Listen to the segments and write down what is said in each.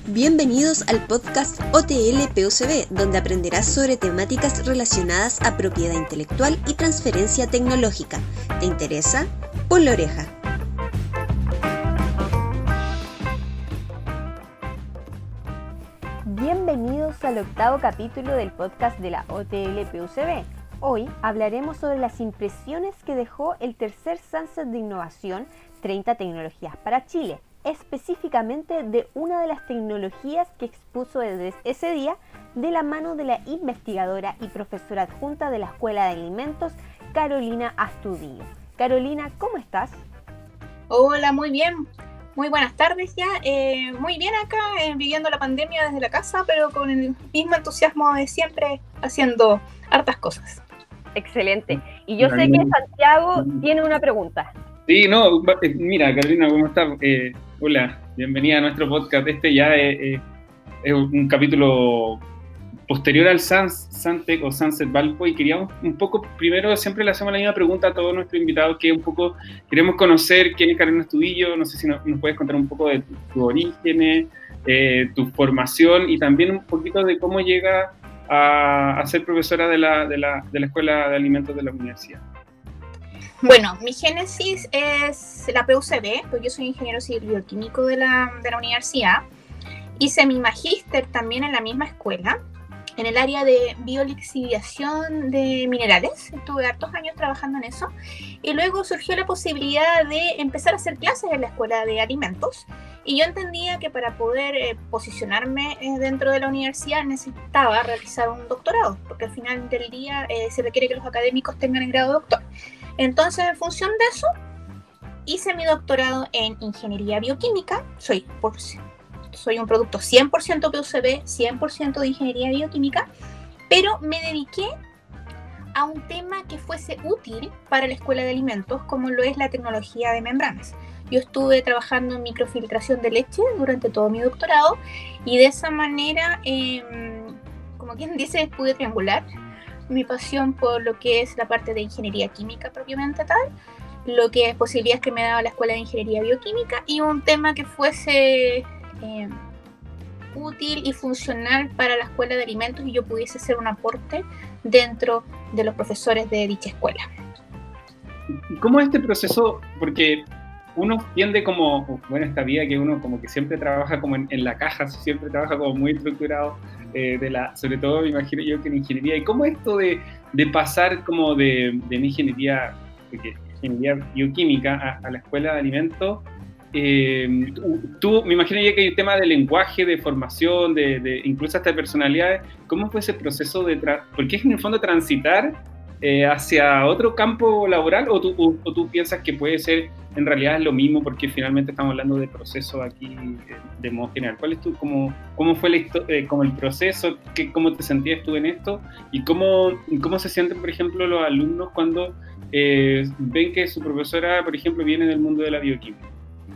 Bienvenidos al podcast OTL PUCB, donde aprenderás sobre temáticas relacionadas a propiedad intelectual y transferencia tecnológica. ¿Te interesa? Pon la oreja. Bienvenidos al octavo capítulo del podcast de la OTL PUCB. Hoy hablaremos sobre las impresiones que dejó el tercer Sunset de Innovación 30 Tecnologías para Chile, específicamente de una de las tecnologías que expuso desde ese día de la mano de la investigadora y profesora adjunta de la Escuela de Alimentos, Carolina Astudillo. Carolina, ¿cómo estás? Hola, muy bien. Muy buenas tardes ya. Muy bien acá, viviendo la pandemia desde la casa, pero con el mismo entusiasmo de siempre, haciendo hartas cosas. Excelente. Y yo sé que Santiago tiene una pregunta. Sí, no, mira, Carolina, ¿cómo estás? Hola, bienvenida a nuestro podcast. Este ya es un capítulo posterior al Suntec o Sunset Valpo, y queríamos un poco, primero siempre le hacemos la misma pregunta a todos nuestros invitados, que un poco queremos conocer quién es Carolina Astudillo. No sé si nos puedes contar un poco de tus orígenes, tu formación, y también un poquito de cómo llega a ser profesora de la Escuela de Alimentos de la universidad. Bueno, mi génesis es la PUCB, pues yo soy ingeniero civil bioquímico de la universidad. Hice mi magíster también en la misma escuela, en el área de biolixiviación de minerales. Estuve hartos años trabajando en eso. Y luego surgió la posibilidad de empezar a hacer clases en la Escuela de Alimentos. Y yo entendía que para poder posicionarme dentro de la universidad necesitaba realizar un doctorado, porque al final del día se requiere que los académicos tengan el grado de doctor. Entonces, en función de eso, hice mi doctorado en ingeniería bioquímica. Soy un producto 100% PUCB, 100% de ingeniería bioquímica, pero me dediqué a un tema que fuese útil para la Escuela de Alimentos, como lo es la tecnología de membranas. Yo estuve trabajando en microfiltración de leche durante todo mi doctorado, y de esa manera, como quien dice, pude triangular mi pasión por lo que es la parte de ingeniería química propiamente tal, lo que es posibilidades que me daba la Escuela de Ingeniería Bioquímica, y un tema que fuese útil y funcional para la Escuela de Alimentos, y yo pudiese hacer un aporte dentro de los profesores de dicha escuela. ¿Y cómo es este proceso? Porque uno tiende como, bueno, esta vida que uno como que siempre trabaja como en la caja, siempre trabaja como muy estructurado, sobre todo me imagino yo que en ingeniería. ¿Y cómo esto de pasar como de mi ingeniería bioquímica a la Escuela de Alimentos? Tú, me imagino ya que hay un tema de lenguaje, de formación, de incluso hasta de personalidades. ¿Cómo fue ese proceso porque es en el fondo transitar hacia otro campo laboral, o tú piensas que puede ser, en realidad es lo mismo, porque finalmente estamos hablando de proceso aquí de modo general? ¿Cuál es cómo fue como el proceso? ¿Cómo te sentías tú en esto? ¿Y cómo se sienten, por ejemplo, los alumnos cuando ven que su profesora, por ejemplo, viene del mundo de la bioquímica?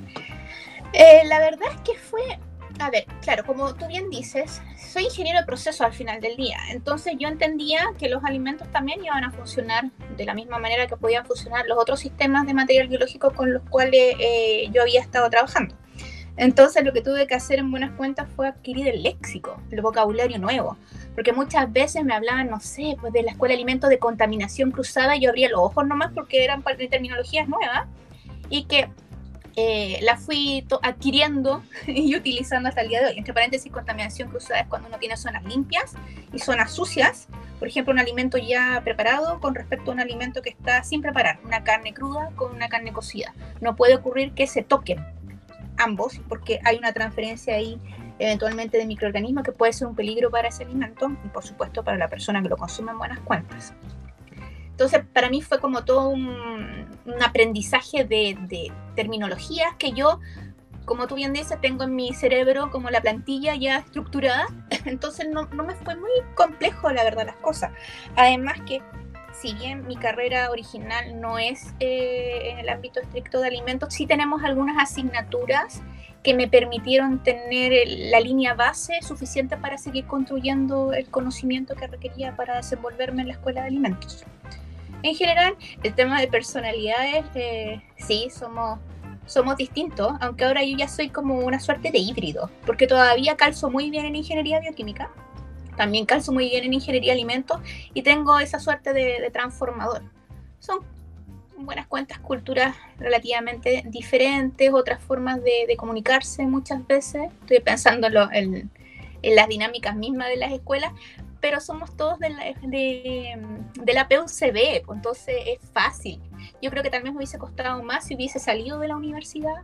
La verdad es que fue, a ver, claro, como tú bien dices, soy ingeniero de procesos al final del día, entonces yo entendía que los alimentos también iban a funcionar de la misma manera que podían funcionar los otros sistemas de material biológico con los cuales yo había estado trabajando. Entonces lo que tuve que hacer en buenas cuentas fue adquirir el léxico, el vocabulario nuevo, porque muchas veces me hablaban, no sé, pues de la Escuela de Alimentos de contaminación cruzada, y yo abría los ojos nomás porque eran terminologías nuevas, y que la fui adquiriendo y utilizando hasta el día de hoy. Entre paréntesis, contaminación cruzada es cuando uno tiene zonas limpias y zonas sucias. Por ejemplo, un alimento ya preparado con respecto a un alimento que está sin preparar, una carne cruda con una carne cocida. No puede ocurrir que se toquen ambos, porque hay una transferencia ahí eventualmente de microorganismos que puede ser un peligro para ese alimento y, por supuesto, para la persona que lo consume en buenas cuentas. Entonces, para mí fue como todo un aprendizaje de terminologías que yo, como tú bien dices, tengo en mi cerebro como la plantilla ya estructurada. Entonces, no me fue muy complejo, la verdad, las cosas. Además que, si bien mi carrera original no es en el ámbito estricto de alimentos, sí tenemos algunas asignaturas que me permitieron tener la línea base suficiente para seguir construyendo el conocimiento que requería para desenvolverme en la Escuela de Alimentos. En general, el tema de personalidades, sí, somos somos distintos, aunque ahora yo ya soy como una suerte de híbrido, porque todavía calzo muy bien en ingeniería bioquímica, también calzo muy bien en ingeniería de alimentos y tengo esa suerte de transformador. Son buenas cuentas culturas relativamente diferentes, otras formas de comunicarse muchas veces. Estoy pensando en las dinámicas mismas de las escuelas, pero somos todos de la PUCB, pues entonces es fácil. Yo creo que tal vez me hubiese costado más si hubiese salido de la universidad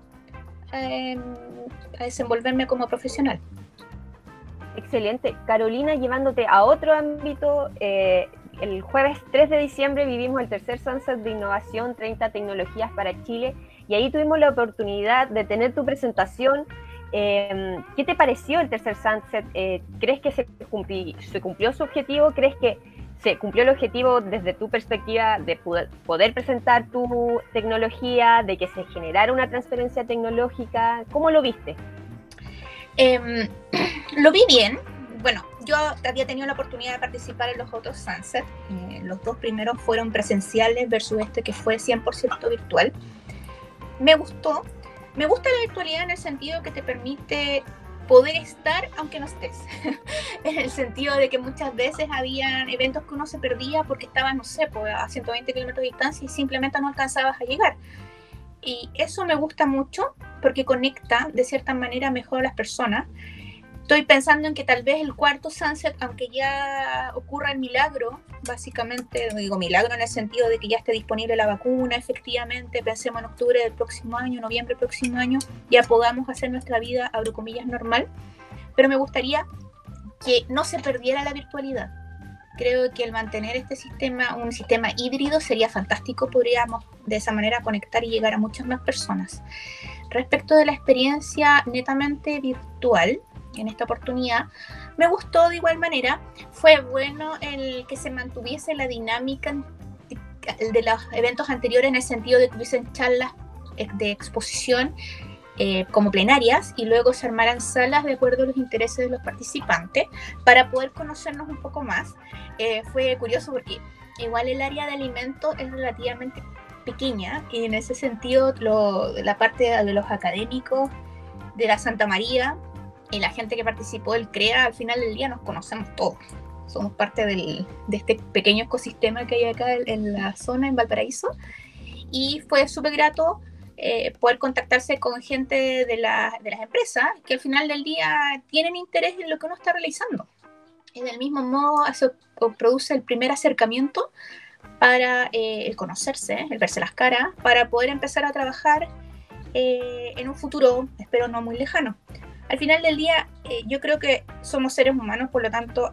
a desenvolverme como profesional. Excelente. Carolina, llevándote a otro ámbito, el jueves 3 de diciembre vivimos el tercer Sunset de Innovación 30 Tecnologías para Chile y ahí tuvimos la oportunidad de tener tu presentación. ¿Qué te pareció el tercer Sunset? ¿Crees que se cumplió su objetivo? ¿Crees que se cumplió el objetivo desde tu perspectiva de poder presentar tu tecnología, de que se generara una transferencia tecnológica? ¿Cómo lo viste? Lo vi bien. Bueno, yo había tenido la oportunidad de participar en los otros Sunset. Los dos primeros fueron presenciales versus este que fue 100% virtual. Me gusta la virtualidad en el sentido que te permite poder estar aunque no estés. En el sentido de que muchas veces habían eventos que uno se perdía porque estaban, no sé, pues a 120 kilómetros de distancia y simplemente no alcanzabas a llegar. Y eso me gusta mucho porque conecta de cierta manera mejor a las personas. Estoy pensando en que tal vez el cuarto Sunset, aunque ya ocurra el milagro, básicamente, digo milagro en el sentido de que ya esté disponible la vacuna, efectivamente, pensemos en octubre del próximo año, noviembre del próximo año, ya podamos hacer nuestra vida, abro comillas, normal, pero me gustaría que no se perdiera la virtualidad. Creo que el mantener este sistema, un sistema híbrido, sería fantástico, podríamos de esa manera conectar y llegar a muchas más personas. Respecto de la experiencia netamente virtual, en esta oportunidad, me gustó de igual manera. Fue bueno el que se mantuviese la dinámica de los eventos anteriores en el sentido de que hubiesen charlas de exposición como plenarias y luego se armaran salas de acuerdo a los intereses de los participantes para poder conocernos un poco más. Fue curioso porque igual el área de alimentos es relativamente pequeña y en ese sentido la parte de los académicos de la Santa María y la gente que participó del CREA, al final del día nos conocemos todos. Somos parte de este pequeño ecosistema que hay acá en la zona, en Valparaíso. Y fue súper grato poder contactarse con gente de las empresas que al final del día tienen interés en lo que uno está realizando. Y del mismo modo se produce el primer acercamiento para el conocerse, el verse las caras, para poder empezar a trabajar en un futuro, espero no muy lejano. Al final del día, yo creo que somos seres humanos, por lo tanto,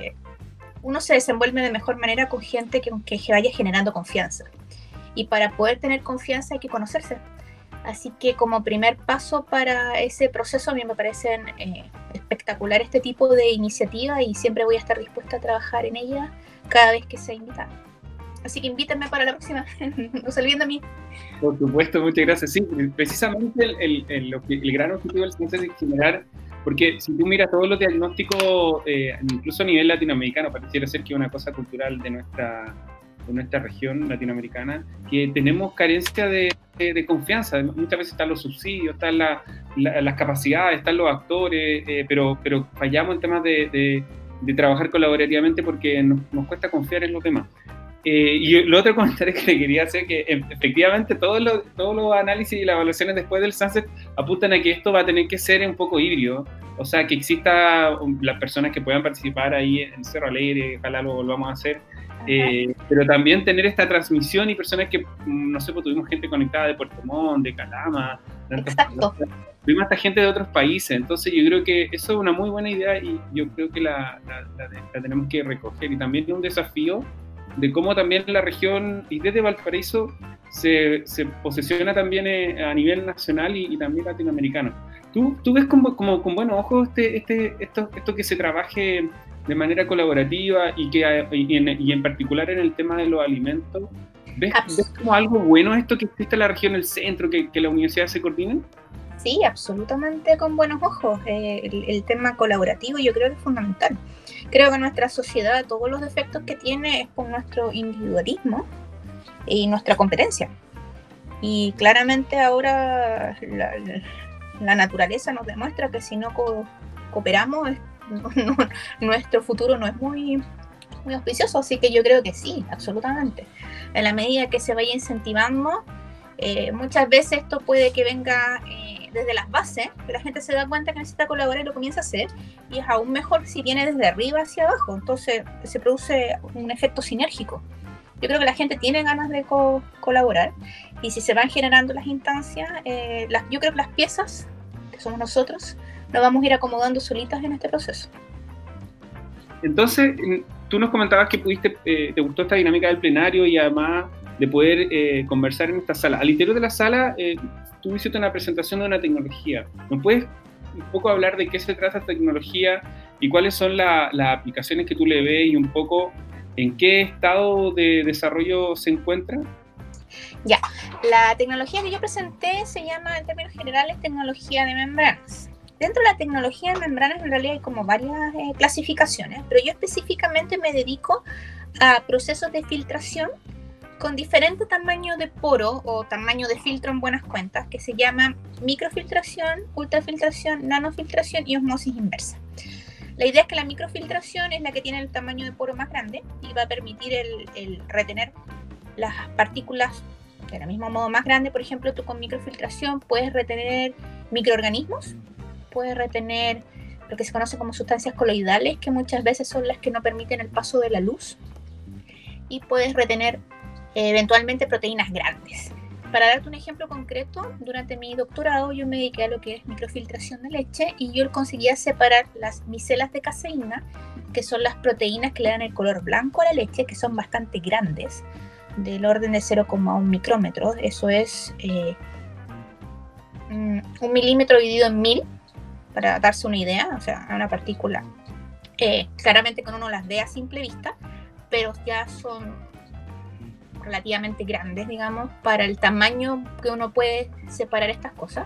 uno se desenvuelve de mejor manera con gente que vaya generando confianza. Y para poder tener confianza hay que conocerse. Así que como primer paso para ese proceso, a mí me parecen espectacular este tipo de iniciativas y siempre voy a estar dispuesta a trabajar en ella cada vez que sea invitada. Así que invítenme para la próxima, no se olviden de mí. Por supuesto, muchas gracias. Sí, precisamente el gran objetivo del Sunset es generar, porque si tú miras todos los diagnósticos, incluso a nivel latinoamericano, pareciera ser que es una cosa cultural de nuestra región latinoamericana, que tenemos carencia de confianza. Muchas veces están los subsidios, están las capacidades, están los actores, pero fallamos en temas de trabajar colaborativamente porque nos cuesta confiar en los demás. Y el otro comentario que te quería hacer, que efectivamente todos los análisis y las evaluaciones después del Sunset apuntan a que esto va a tener que ser un poco híbrido, o sea, que exista las personas que puedan participar ahí en Cerro Alegre, ojalá lo volvamos a hacer, pero también tener esta transmisión y personas que, no sé, pues tuvimos gente conectada de Puerto Montt, de Calama, tuvimos hasta gente de otros países, entonces yo creo que eso es una muy buena idea y yo creo que la tenemos que recoger, y también es un desafío de cómo también la región y desde Valparaíso se posiciona también a nivel nacional y también latinoamericano. ¿Tú ves como con buenos ojos esto que se trabaje de manera colaborativa y en particular en el tema de los alimentos? ¿Ves como algo bueno esto que existe en la región, el centro, que las universidades se coordinen? Sí, absolutamente con buenos ojos. El tema colaborativo yo creo que es fundamental. Creo que nuestra sociedad, todos los defectos que tiene es por nuestro individualismo y nuestra competencia. Y claramente ahora la naturaleza nos demuestra que si no cooperamos, nuestro futuro no es muy auspicioso, así que yo creo que sí, absolutamente. En la medida que se vaya incentivando, muchas veces esto puede que venga desde las bases, que la gente se da cuenta que necesita colaborar y lo comienza a hacer, y es aún mejor si viene desde arriba hacia abajo, entonces se produce un efecto sinérgico. Yo creo que la gente tiene ganas de colaborar, y si se van generando las instancias, yo creo que las piezas, que somos nosotros, nos vamos a ir acomodando solitas en este proceso. Entonces, tú nos comentabas que te gustó esta dinámica del plenario y además de poder conversar en esta sala. Al interior de la sala, tú hiciste una presentación de una tecnología. ¿Nos puedes un poco hablar de qué se trata esta tecnología y cuáles son las aplicaciones que tú le ves y un poco en qué estado de desarrollo se encuentra? Ya, la tecnología que yo presenté se llama, en términos generales, tecnología de membranas. Dentro de la tecnología de membranas en realidad hay como varias clasificaciones, pero yo específicamente me dedico a procesos de filtración con diferentes tamaños de poro o tamaño de filtro en buenas cuentas, que se llaman microfiltración, ultrafiltración, nanofiltración y osmosis inversa. La idea es que la microfiltración es la que tiene el tamaño de poro más grande y va a permitir el retener las partículas del mismo modo más grande. Por ejemplo, tú con microfiltración puedes retener microorganismos, puedes retener lo que se conoce como sustancias coloidales, que muchas veces son las que no permiten el paso de la luz, y puedes retener eventualmente proteínas grandes. Para darte un ejemplo concreto, durante mi doctorado yo me dediqué a lo que es microfiltración de leche y yo conseguía separar las micelas de caseína, que son las proteínas que le dan el color blanco a la leche, que son bastante grandes, del orden de 0,1 micrómetro. Eso es 1 milímetro dividido en 1000, para darse una idea, o sea, una partícula claramente que uno las ve a simple vista, pero ya son relativamente grandes, digamos, para el tamaño que uno puede separar estas cosas.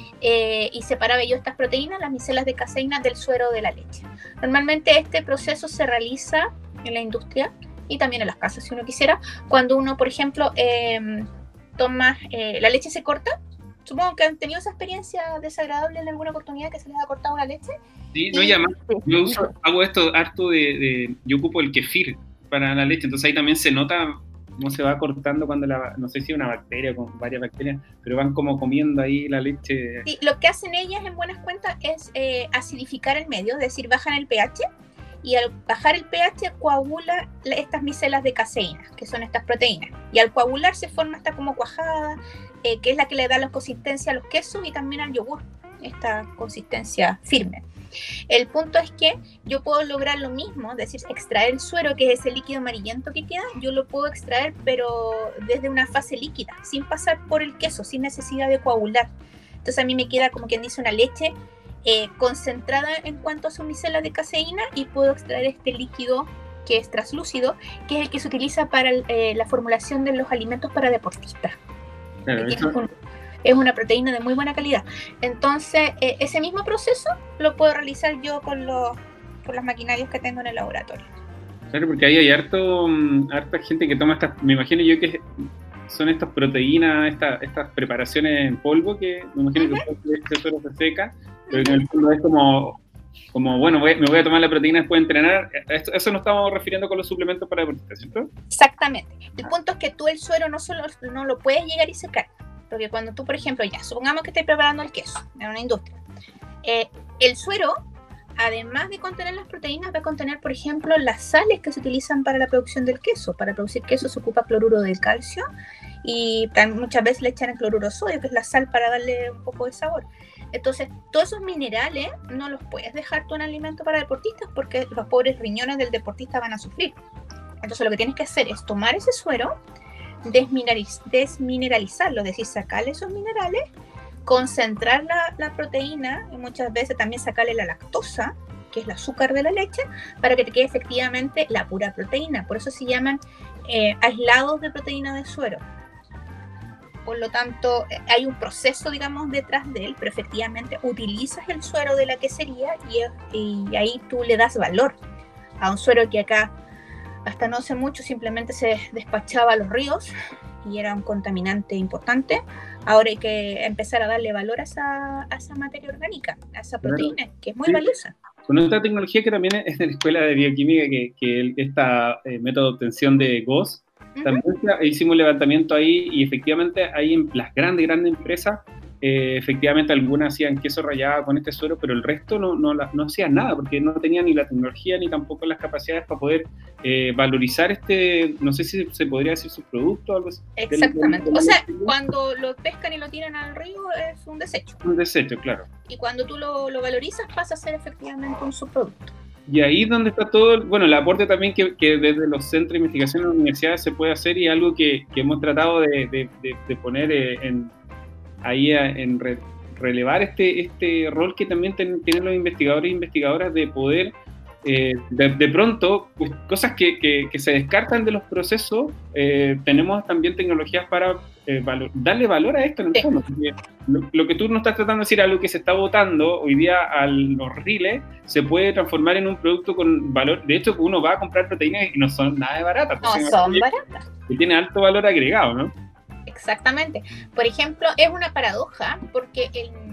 Y separaba yo estas proteínas, las micelas de caseína, del suero de la leche. Normalmente este proceso se realiza en la industria y también en las casas, si uno quisiera, cuando uno, por ejemplo, toma, la leche se corta. Supongo que han tenido esa experiencia desagradable en alguna oportunidad que se les ha cortado una leche. Sí, no, y además yo hago esto harto yo ocupo el kefir para la leche, entonces ahí también se nota cómo se va cortando cuando no sé si una bacteria o con varias bacterias, pero van como comiendo ahí la leche. Sí, lo que hacen ellas en buenas cuentas es acidificar el medio, es decir, bajan el pH, y al bajar el pH coagula estas micelas de caseína, que son estas proteínas, y al coagular se forma esta como cuajada, que es la que le da la consistencia a los quesos y también al yogur, esta consistencia firme. El punto es que yo puedo lograr lo mismo, es decir, extraer el suero, que es ese líquido amarillento que queda, yo lo puedo extraer pero desde una fase líquida, sin pasar por el queso, sin necesidad de coagular. Entonces a mí me queda, como quien dice, una leche concentrada en cuanto a su micela de caseína, y puedo extraer este líquido que es translúcido, que es el que se utiliza para la formulación de los alimentos para deportistas. Claro, es una proteína de muy buena calidad. Entonces, ese mismo proceso lo puedo realizar yo con las maquinarias que tengo en el laboratorio. Claro, porque ahí hay harta gente que toma estas, me imagino yo que son estas proteínas, estas preparaciones en polvo, que me imagino que este suero se seca, pero en el fondo es como bueno, me voy a tomar la proteína después de entrenar. Eso nos estamos refiriendo con los suplementos para deportistas, ¿cierto? Exactamente. El punto es que tú el suero no lo puedes llegar y secar. Porque cuando tú, por ejemplo, supongamos que estés preparando el queso en una industria, el suero, además de contener las proteínas, va a contener, por ejemplo, las sales que se utilizan para la producción del queso. Para producir queso se ocupa cloruro de calcio y muchas veces le echan el cloruro de sodio, que es la sal, para darle un poco de sabor. Entonces, todos esos minerales no los puedes dejar tú en alimento para deportistas, porque los pobres riñones del deportista van a sufrir. Entonces, lo que tienes que hacer es tomar ese suero, desmineralizarlo, es decir, sacarle esos minerales, concentrar la proteína, y muchas veces también sacarle la lactosa, que es el azúcar de la leche, para que te quede efectivamente la pura proteína. Por eso se llaman aislados de proteína de suero. Por lo tanto, hay un proceso, digamos, detrás de él, pero efectivamente utilizas el suero de la quesería y ahí tú le das valor a un suero que acá hasta no hace mucho simplemente se despachaba a los ríos y era un contaminante importante. Ahora hay que empezar a darle valor a esa materia orgánica, a esa proteína, que es muy valiosa. Con otra tecnología que también es de la Escuela de Bioquímica, que esta método de obtención de GOS, también hicimos un levantamiento ahí y efectivamente ahí en las grandes empresas, efectivamente algunas hacían queso rallado con este suero, pero el resto no hacían nada porque no tenían ni la tecnología ni tampoco las capacidades para poder valorizar no sé si se podría decir su producto o algo así. Exactamente. O sea, cuando lo pescan y lo tiran al río es un desecho. Un desecho, claro. Y cuando tú lo valorizas pasa a ser efectivamente un subproducto. Y ahí es donde está todo, bueno, el aporte también que desde los centros de investigación en las universidades se puede hacer y algo que hemos tratado de poner relevar este rol que también tienen los investigadores e investigadoras de poder, de pronto, pues, cosas que se descartan de los procesos, tenemos también tecnologías para darle valor a esto en el fondo. Porque lo que tú nos estás tratando de decir, algo que se está botando hoy día a los riles, se puede transformar en un producto con valor. De hecho, uno va a comprar proteínas y no son nada de baratas. No son baratas. Y tiene alto valor agregado, ¿no? Exactamente. Por ejemplo, es una paradoja porque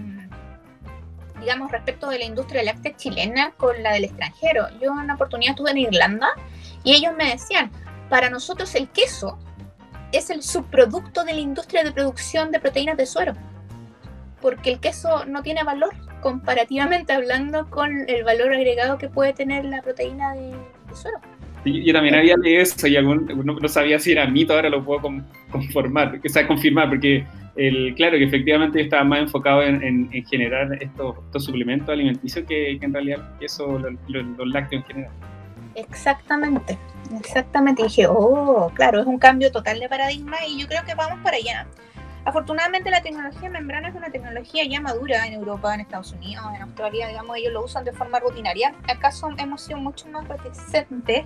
digamos, respecto de la industria láctea chilena con la del extranjero. Yo en una oportunidad estuve en Irlanda y ellos me decían, para nosotros el queso es el subproducto de la industria de producción de proteínas de suero, porque el queso no tiene valor comparativamente hablando con el valor agregado que puede tener la proteína de suero. Yo también había leído eso y no sabía si era mito, ahora lo puedo confirmar, porque claro que efectivamente yo estaba más enfocado en generar estos suplementos alimenticios que en realidad eso, los lácteos en general. Exactamente. Y dije, claro, es un cambio total de paradigma y yo creo que vamos para allá. Afortunadamente la tecnología de membrana es una tecnología ya madura en Europa, en Estados Unidos, en Australia, digamos, ellos lo usan de forma rutinaria. ¿Acaso hemos sido mucho más reticentes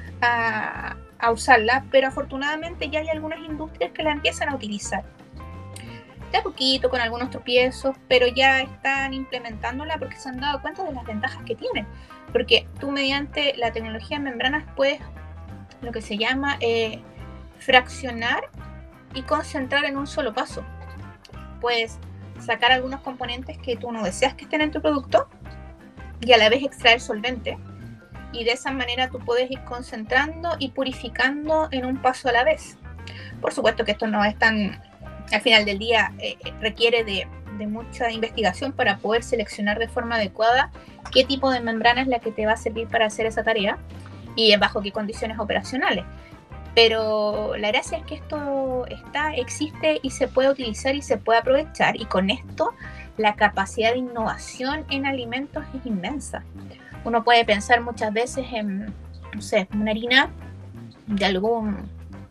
a usarla? Pero afortunadamente ya hay algunas industrias que la empiezan a utilizar. De a poquito, con algunos tropiezos, pero ya están implementándola porque se han dado cuenta de las ventajas que tienen. Porque tú mediante la tecnología de membranas puedes, lo que se llama, fraccionar y concentrar en un solo paso. Puedes sacar algunos componentes que tú no deseas que estén en tu producto y a la vez extraer solvente. Y de esa manera tú puedes ir concentrando y purificando en un paso a la vez. Por supuesto que esto no es tan... Al final del día requiere de mucha investigación para poder seleccionar de forma adecuada qué tipo de membrana es la que te va a servir para hacer esa tarea y bajo qué condiciones operacionales. Pero la gracia es que esto existe y se puede utilizar y se puede aprovechar, y con esto la capacidad de innovación en alimentos es inmensa. Uno puede pensar muchas veces en, no sé, una harina de algún,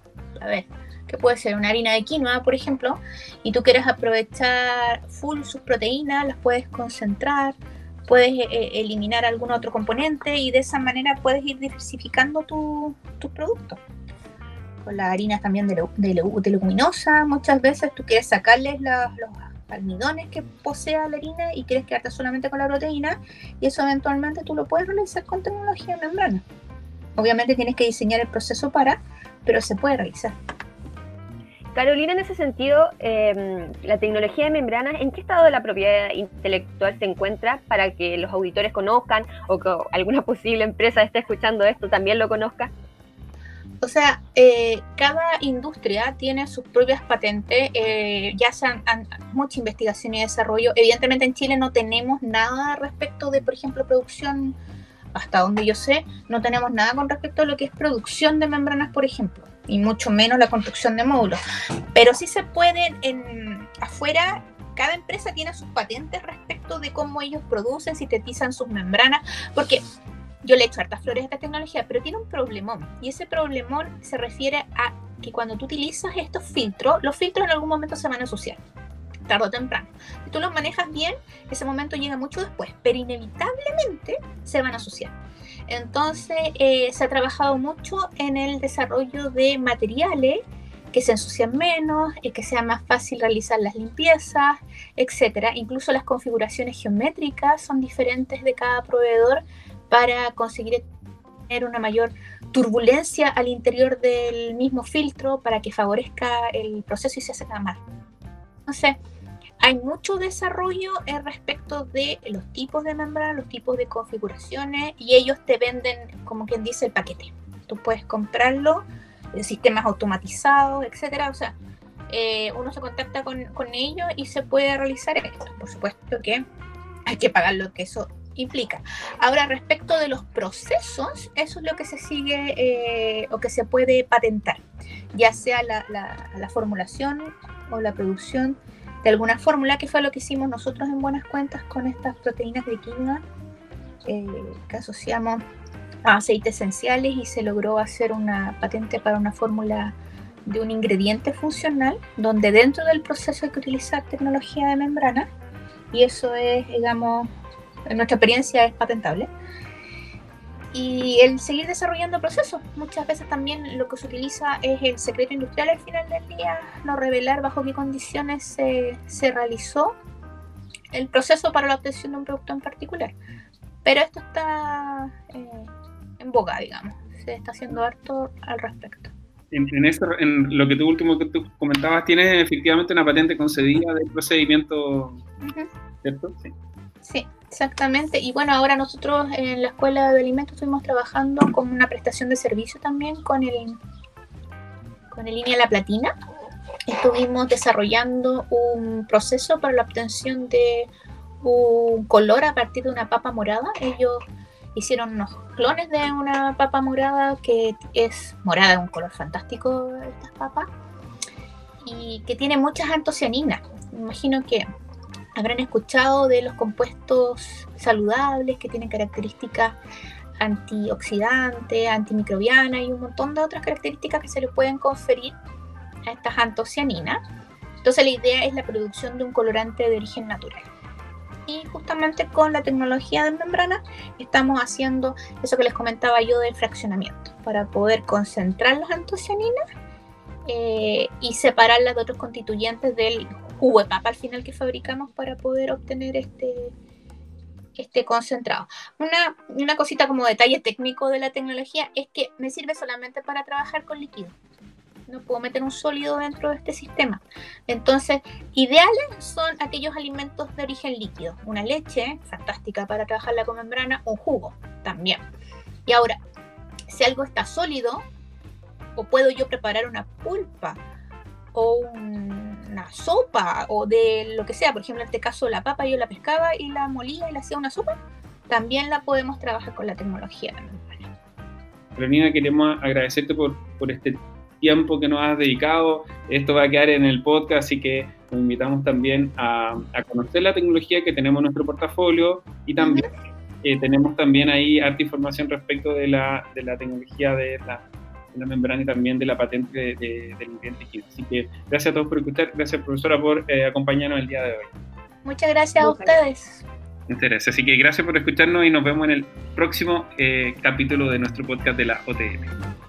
que puede ser una harina de quinoa, por ejemplo, y tú quieres aprovechar full sus proteínas, las puedes concentrar, puedes eliminar algún otro componente y de esa manera puedes ir diversificando tus productos. Con las harinas también de leguminosa, muchas veces tú quieres sacarles los almidones que posea la harina y quieres quedarte solamente con la proteína, y eso eventualmente tú lo puedes realizar con tecnología de membrana. Obviamente tienes que diseñar el proceso pero se puede realizar. Carolina, en ese sentido, la tecnología de membranas, ¿en qué estado de la propiedad intelectual se encuentra para que los auditores conozcan o que alguna posible empresa esté escuchando esto también lo conozca? O sea, cada industria tiene sus propias patentes, ya se han mucha investigación y desarrollo. Evidentemente en Chile no tenemos nada respecto de, por ejemplo, producción, hasta donde yo sé, no tenemos nada con respecto a lo que es producción de membranas, por ejemplo, y mucho menos la construcción de módulos. Pero sí se pueden, afuera, cada empresa tiene sus patentes respecto de cómo ellos producen, sintetizan sus membranas, porque yo le echo hartas flores a esta tecnología, pero tiene un problemón, y ese problemón se refiere a que cuando tú utilizas estos filtros, los filtros en algún momento se van a ensuciar, tarde o temprano. Si tú los manejas bien, ese momento llega mucho después, pero inevitablemente se van a ensuciar. Entonces se ha trabajado mucho en el desarrollo de materiales que se ensucian menos, que sea más fácil realizar las limpiezas, etcétera. Incluso las configuraciones geométricas son diferentes de cada proveedor para conseguir tener una mayor turbulencia al interior del mismo filtro para que favorezca el proceso y se hace más. Entonces, hay mucho desarrollo respecto de los tipos de membrana, los tipos de configuraciones, y ellos te venden, como quien dice, el paquete. Tú puedes comprarlo, sistemas automatizados, etcétera. O sea, uno se contacta con ellos y se puede realizar esto. Por supuesto que hay que pagar lo que eso implica. Ahora, respecto de los procesos, eso es lo que se sigue o que se puede patentar, ya sea la formulación o la producción de alguna fórmula, que fue lo que hicimos nosotros en Buenas Cuentas con estas proteínas de quinoa que asociamos a aceites esenciales, y se logró hacer una patente para una fórmula de un ingrediente funcional, donde dentro del proceso hay que utilizar tecnología de membrana, y eso es, digamos, en nuestra experiencia es patentable. Y el seguir desarrollando procesos, muchas veces también lo que se utiliza es el secreto industrial al final del día, no revelar bajo qué condiciones se realizó el proceso para la obtención de un producto en particular. Pero esto está en boga, digamos, se está haciendo harto al respecto. En lo que tú último que tú comentabas, tienes efectivamente una patente concedida del procedimiento, ¿cierto? Sí. Sí, exactamente. Y bueno, ahora nosotros en la Escuela de Alimentos estuvimos trabajando con una prestación de servicio también con el Línea La Platina. Estuvimos desarrollando un proceso para la obtención de un color a partir de una papa morada. Ellos hicieron unos clones de una papa morada que es morada, un color fantástico de estas papas, y que tiene muchas antocianinas. Me imagino que habrán escuchado de los compuestos saludables que tienen características antioxidantes, antimicrobianas y un montón de otras características que se le pueden conferir a estas antocianinas. Entonces la idea es la producción de un colorante de origen natural. Y justamente con la tecnología de membrana estamos haciendo eso que les comentaba yo del fraccionamiento, para poder concentrar las antocianinas y separarlas de otros constituyentes del jugo de papa al final que fabricamos para poder obtener este concentrado. Una cosita como detalle técnico de la tecnología es que me sirve solamente para trabajar con líquido. No puedo meter un sólido dentro de este sistema. Entonces, ideales son aquellos alimentos de origen líquido. Una leche, fantástica para trabajarla con membrana, un jugo también. Y ahora, si algo está sólido, o puedo yo preparar una pulpa o una sopa o de lo que sea, por ejemplo en este caso la papa yo la pescaba y la molía y la hacía una sopa, también la podemos trabajar con la tecnología de membrana. Carolina, queremos agradecerte por este tiempo que nos has dedicado. Esto va a quedar en el podcast, así que nos invitamos también a conocer la tecnología que tenemos en nuestro portafolio, y también tenemos también ahí harta información respecto de la tecnología de la membrana y también de la patente del ingrediente químico. Así que gracias a todos por escuchar, gracias profesora por acompañarnos el día de hoy. Muchas gracias a ustedes. Muchas gracias, así que gracias por escucharnos y nos vemos en el próximo capítulo de nuestro podcast de la OTL.